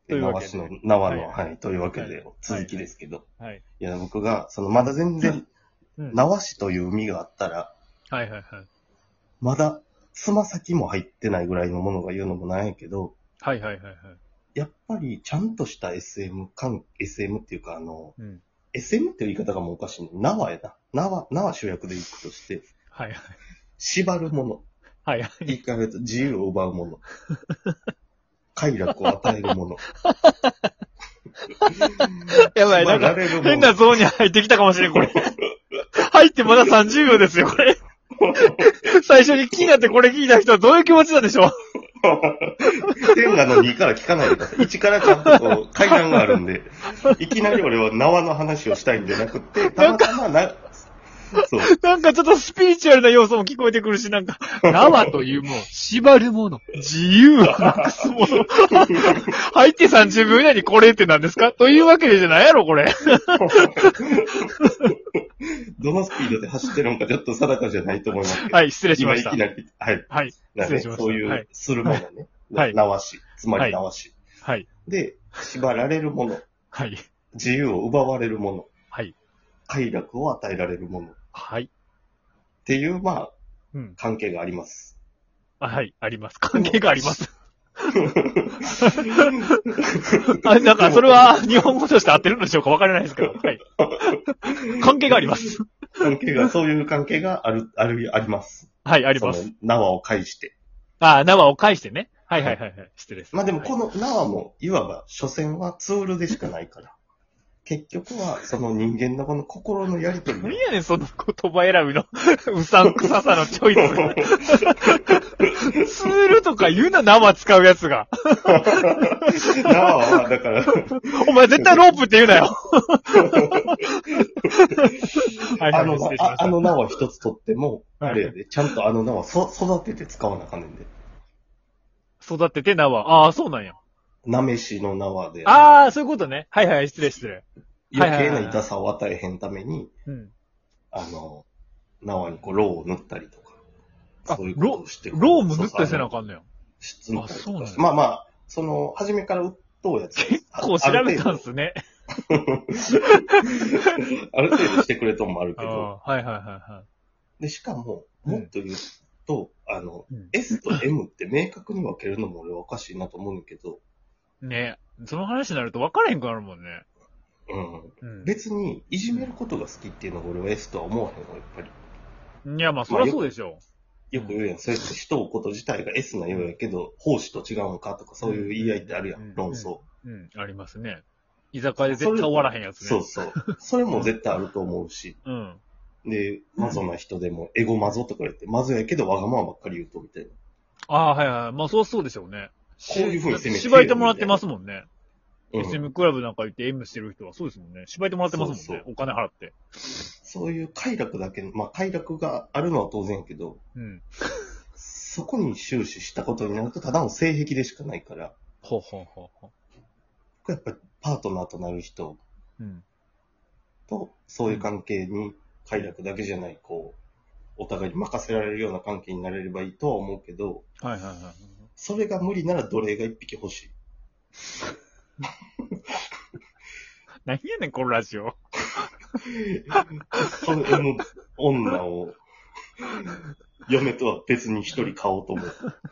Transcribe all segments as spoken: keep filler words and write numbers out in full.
というわけで。縄市の、縄の、はい、はい、というわけで、続きですけど。はい。はい、いや、僕が、その、まだ全然、うん、縄市という海があったら、 はいはいはい。 まだ、つま先も入ってないぐらいのものが言うのもなんやけど、 はいはいはいはい。 やっぱり、ちゃんとした エスエム 感、エスエム っていうか、あの、うん、エスエム っていう言い方がもうおかしいね。縄やな。縄、縄主役でいくとして、 はいはい。 縛るもの。 はいはい。 言い換えると自由を奪うもの。快楽を与えるもの。 やばい、なんか、変なゾーンに入ってきたかもしれん、これ。入ってまださんじゅうびょうですよ、これ。最初に気になってこれ聞いた人はどういう気持ちなんでしょう。 天下のにから聞かないでください。いちからちゃんとこう階段があるんで、いきなり俺は縄の話をしたいんじゃなくて、たまたまな、 そう。なんかちょっとスピリチュアルな要素も聞こえてくるし、なんか、縄というもの、縛るもの、自由をなくすもの。入ってさんじゅうびょう以内にこれって何ですかというわけでじゃないやろ、これ。 どのスピードで走ってるのかちょっと定かじゃないと思いますけど。 はい、失礼しました。 今いきなり、はい。 はい。失礼しました。 そういう、するものね。 はい。 縄し。つまり縄し。 はい。 で、縛られるもの。 はい。 自由を奪われるもの。 はい。 快楽を与えられるもの。 はい。 っていう、まあ、うん、関係があります。 あ、はい、あります。関係があります。あ、なんか、それは日本語として合ってるんでしょうかわからないですけど。はい。関係があります。 関係が、そういう関係がある、ある、あります。 はい、あります。 その縄を介して。 ああ、縄を介してね。はいはいはいはい。失礼です。 まあでも、この縄も、いわば、所詮はツールでしかないから。結局は、その人間のこの心のやりとり。 何やねん、その言葉選びの、うさんくささのチョイス。ツールとか言うな、縄使うやつが。 縄は、だから。 お前絶対ロープって言うなよ。 はいはい、あの、ああの縄一つ取っても、あれやで、ちゃんとあの縄そ育てて使わなあかんねんで。 育てて縄。ああ、そうなんや。 なめしの縄で。 ああ、そういうことね。はいはい、失礼失礼。 余計な痛さを与えへんために、 うん、 あの、縄にこう、ローを塗ったりとか。 そういうことをして。ローも塗ったりせなあかんのよ。 質の。あ、そうなんや。まあまあ、その、初めから打っとうやつ。 結構調べたんすね。 ある程度してくれともあるけど。 はいはいはいはい。 で、しかも、もっと言うと、うん、あの、うん、S と M って明確に分けるのも俺はおかしいなと思うんだけど。 ね、その話になると分からへんくなるもんね。 うん。うん、別に、いじめることが好きっていうのが俺は S とは思わへんわ、やっぱり。 いや、まあ、そりゃそうでしょう。まあ、 よく言うやん。そうやって人を追うこと自体が S なようやけど、奉仕と違うのかとか、そういう言い合いってあるやん、うん、論争、 うん。うん、ありますね。居酒屋で絶対終わらへんやつね。 そうそう。それも絶対あると思うし。 うん。 で、マゾな人でも、エゴマゾとか言って、マゾやけどわがままばっかり言うと、みたいな。 ああ、はいはい。まあ、そうそうでしょうね。 こういう風に攻めて縛いてもらってますもんね。うん、エスエム クラブなんか言って M してる人はそうですもんね。縛いてもらってますもんね。そうそうお金払って。 そういう快楽だけ、まあ快楽があるのは当然やけど、 うん。 そこに終始したことになると、ただの性癖でしかないから。 ほうほうほうほう。やっぱりパートナーとなる人、うん、と、そういう関係に快楽だけじゃない、こう、お互いに任せられるような関係になれればいいとは思うけど、 はいはいはい。 それが無理なら奴隷が一匹欲しい。 何やねん、このラジオ。 その女を、嫁とは別に一人買おうと思う。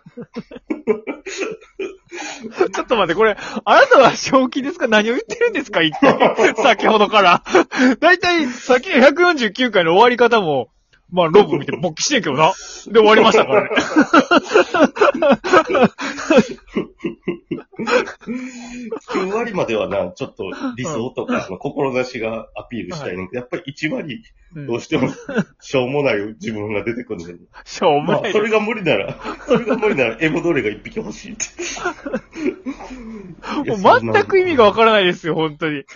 ちょっと待って、これ、あなたは正気ですか？何を言ってるんですか？一体。先ほどから。だいたい、さっきのひゃくよんじゅうきゅうかいの終わり方も、まあ、ロープ見て勃起してんけどな。で、終わりましたからね。 きゅうわりまではな、ちょっと理想とか、の志がアピールしたいねんけど、やっぱりいちわり、どうしても、しょうもない自分が出てくるんだよね。 しょうもない。 まあ、それが無理なら、それが無理なら、エモドレが一匹欲しいって。 もう全く意味がわからないですよ、本当に。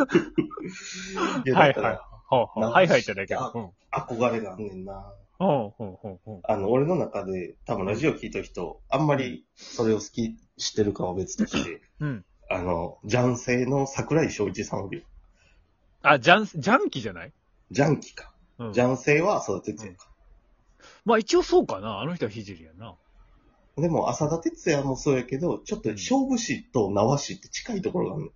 はいはい。はいはいってだけど。 憧れがあんねんな。 ほうほうほうほう。 あの、俺の中で、多分ラジオ聞いた人、あんまりそれを好きしてるかは別として、うん。あの、ジャンセイの桜井翔一さんおるよ。 あ、ジャン、ジャンキじゃない？ ジャンキか。うん、ジャンセイは育ててるか。 まあ一応そうかな。あの人はひじりやな。 でも、浅田哲也もそうやけど、ちょっと勝負師と縄師って近いところがあるの。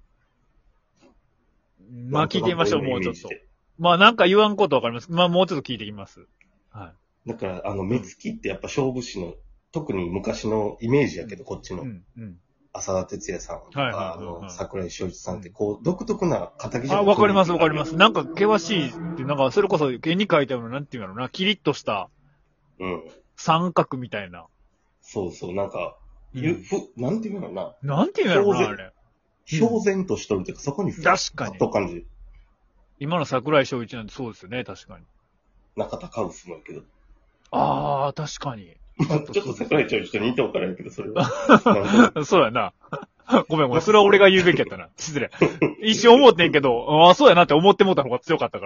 まあ聞いてみましょう、もうちょっと。まあなんか言わんことわかります。まあもうちょっと聞いてきます。はい。だから、あの、目つきってやっぱ勝負師の、特に昔のイメージやけど、こっちの。うんうん、浅田哲也さんとか、はいはいはいはい、あの、桜井翔一さんって、こう、独特な仇じゃない。 あ、わかりますわかります。なんか険しいって、なんかそれこそ絵に描いたような、なんていうんだろうな、キリッとした、うん。三角みたいな。 そうそう、なんか、ゆ、ふ、なんていうのかな。 なんていうのかな、あれ。 標然としとるというか、そこにふわっと感じる。 今の桜井翔一なんてそうですよね、確かに。 中田カウスもやけど。 ああ、確かに。 ちょっと桜井翔一と似ておからやけど、それは。 そうやな。ごめんごめん、それは俺が言うべきやったな。失礼。一瞬思ってんけど、ああ、そうやなって思ってもうた方が強かったから。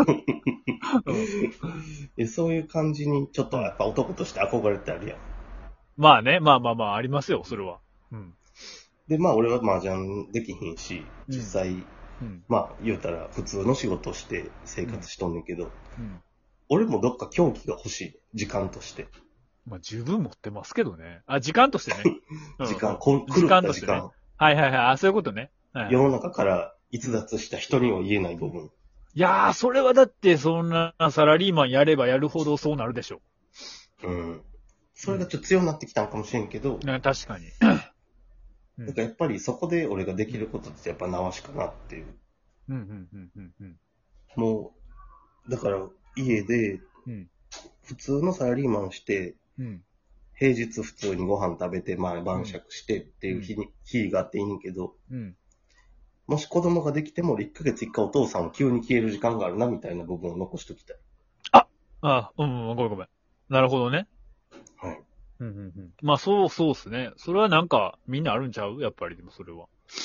うん、そういう感じに、ちょっとやっぱ男として憧れてあるやん。 まあね、まあまあまあ、ありますよ、それは。うん。 で、まあ俺は麻雀できひんし、実際、うんうん、まあ言うたら普通の仕事をして生活しとんねんけど、うんうん、俺もどっか狂気が欲しい。時間として。 まあ十分持ってますけどね。あ、時間としてね。 時間、こん、時間として、ね。時間。 はいはいはい。あ、そういうことね。はいはい、 世の中から逸脱した人には言えない部分。 いやー、それはだってそんなサラリーマンやればやるほどそうなるでしょ。 うん。それがちょっと強くなってきたんかもしれんけど。 うん、確かに。 なんかやっぱりそこで俺ができることってやっぱ縄しかなっていう。 うんうんうんうんうん。 もう、だから家で、普通のサラリーマンをして、うん、平日普通にご飯食べて、まあ晩酌してっていう日に、うん、日があっていいんけど、うん、もし子供ができてもいっかげついっかいお父さんは急に消える時間があるなみたいな部分を残しときたい。 ああ、うん、ごめんごめん。なるほどね。はい。うんうんうん、まあそうそうっすね。それはなんかみんなあるんちゃうやっぱりでもそれは。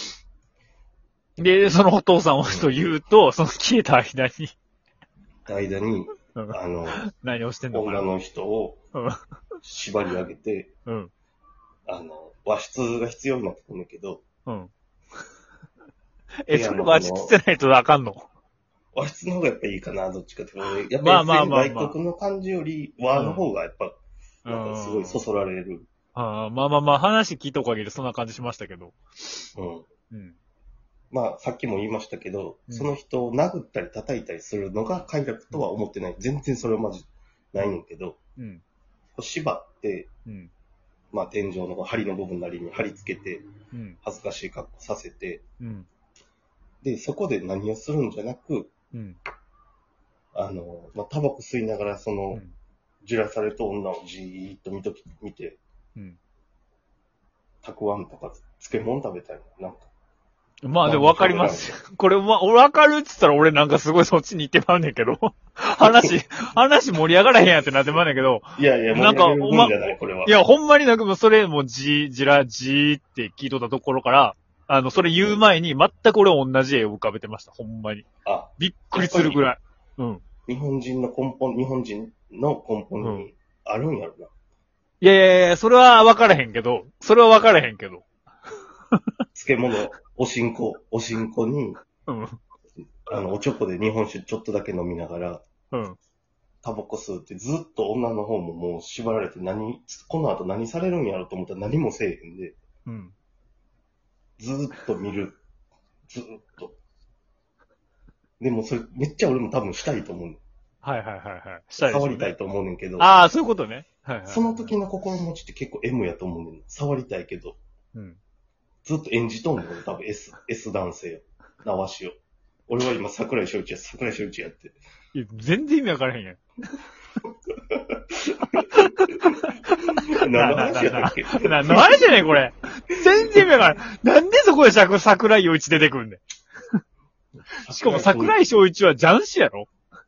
で、そのお父さんをと言うと、うん、その消えた間に。 間に、あの、 何をしてんのかな。 女の人を縛り上げて、うん、あの、和室が必要になってくるんだけど。うん。 え、それ和室じゃないとあかんの？ 和室の方がやっぱいいかな、どっちかって。やっぱり外国の感じより和の方がやっぱ、なんかすごいそそられる。 ああ、まあまあまあ、話聞いたおかげでそんな感じしましたけど。 うん。うん。まあ、さっきも言いましたけど、うん、その人を殴ったり叩いたりするのが快楽とは思ってない。うん、全然それはマジないんだけど、うん、縛って、うん、まあ天井の針の部分なりに貼り付けて、うん、恥ずかしい格好させて、うん、で、そこで何をするんじゃなく、うん、あの、まあ、タバコ吸いながらその、うん、じらされた女をじーっと見とき、見て、うん、たくあんとか漬物食べたいな、なんか。 まあでも分かります。これ、ま、分かるって言ったら俺なんかすごいそっちに行ってまうねんけど。話、話盛り上がらへんやってなってまうねんけど。 いやいや、なんか、おま、じゃないこれは。 いや、ほんまになんかそれもじ、じら、じーって聞いとったところから、あの、それ言う前に全く俺同じ絵を浮かべてました。ほんまに。あ、びっくりするぐらい。うん。 日本人の根本、日本人の根本にあるんやろな。うん、 いやいやいや、それは分からへんけど、それは分からへんけど。 漬物、おしんこ、おしんこに、うん、あの、おちょこで日本酒ちょっとだけ飲みながら、うん、タバコ吸うってずっと女の方ももう縛られて何、この後何されるんやろと思ったら何もせえへんで、うん、ずーっと見る。ずーっと。でもそれめっちゃ俺も多分したいと思う。 はいはいはいはい。したいですね。 触りたいと思うねんけど。 ああ、そういうことね。 はいはいはいはい、その時の心持ちって結構 エム やと思うねん。触りたいけど。うん。ずっと演じとんねん、多分 S、S 男性。縄しを。俺は今桜井翔一や、桜井翔一やって。 いや、全然意味わからへんやん。何の話やったっけ何の話やねん、これ。全然意味わからん。なんでそこで桜井陽一出てくんねん。しかも桜井翔一は雀士やろ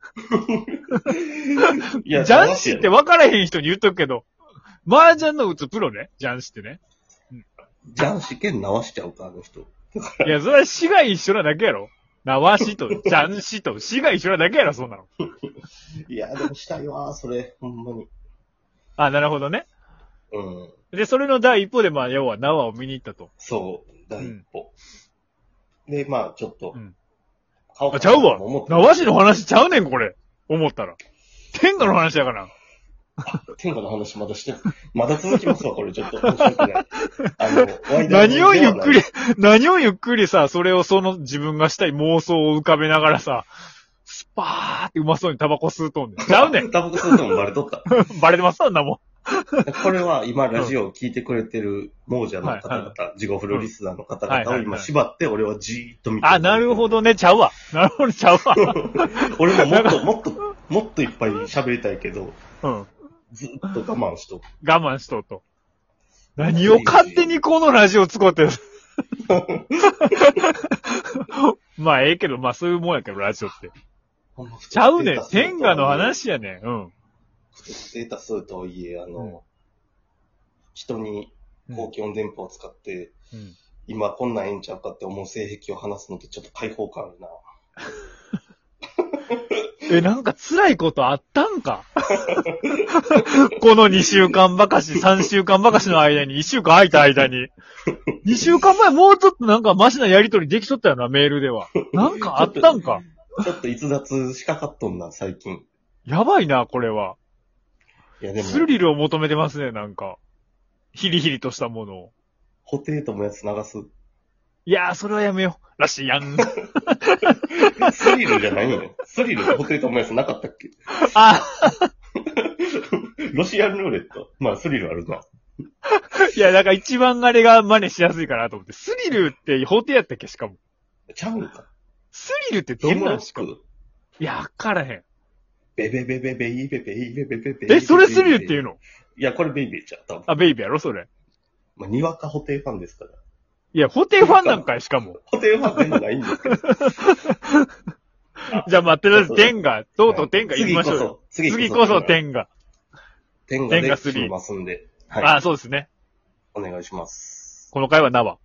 いや、雀士って分からへん人に言っとくけど、麻雀の打つプロね、雀士ってね。 雀士兼縄しちゃうか、あの人。 いや、それは死が一緒なだけやろ。縄しと雀士と死が一緒なだけやろ、そんなの。 いや、でもしたいわ、それ、ほんまに。 あ、なるほどね。うん。で、それの第一歩で、まあ、要は縄を見に行ったと。 そう、第一歩。うん、で、まあ、ちょっと。うん。 あ、ちゃうわ。縄しの話ちゃうねん、これ。思ったら。天下の話やから。 あ、天下の話まだして、まだ続きますわ、これちょっと面白くない。あの、ワイダ何をゆっくり、何をゆっくりさ、それをその自分がしたい妄想を浮かべながらさ、スパーってうまそうにタバコ吸うとんねん。ちゃうねん。 タバコ吸うともバレとった。 バレてますそんなもん。これは今ラジオを聞いてくれてる亡者の方々、はいはい、ジゴフルリスナーの方々を今縛って俺はじーっと見てる。 あ、なるほどね、ちゃうわ。なるほど、ちゃうわ。 俺ももっと、もっと、もっといっぱい喋りたいけど、 うん。 ずっと我慢しと。 我慢しとうと。何を勝手にこのラジオ使ってるまあええけど、まあそういうもんやけど、ラジオって。ちゃうねん。天下の話やねん。うん。 不特定多数とはいえ、あの、うん、人に公共電波を使って、うん、今こんなんええんちゃうかって思う性癖を話すのってちょっと開放感あるな。 え、なんか辛いことあったんかこのにしゅうかんばかし、さんしゅうかんばかしの間に、いっしゅうかん空いた間に。にしゅうかんまえもうちょっとなんかマシなやりとりできとったよな、メールでは。なんかあったんかちょっと逸脱しかかっとんな、最近。 やばいな、これは。 いやでも。 スリルを求めてますね、なんか。ヒリヒリとしたものを。 ホテイトもやつ流す。 いやー、それはやめよう。らしいやん。 スリルじゃないよ。スリルとホテイトもやつなかったっけあロシアンルーレット。まあ、スリルあるな。 いや、だから一番あれが真似しやすいかなと思って。スリルってホテやったっけしかも。 ちゃうんか。 スリルってどんなんしかも。いや、わからへん。 ベベベベベイベベイベベベベイ。 え、それスリルって言うの？ いや、これベイベーちゃった。 あ、ベイベーやろそれ。 まあ、にわかホテイファンですから。 いや、ホテイファンなんかい、しかも。 ホテイファンでもないんですけど。 じゃあ、まあ、とりあえず、天下、とうとう天下言いましょうよ。 次こそ、 次こそ天下。 天下で聞きますんで。 はい。あ、そうですね。 お願いします。 この回は縄。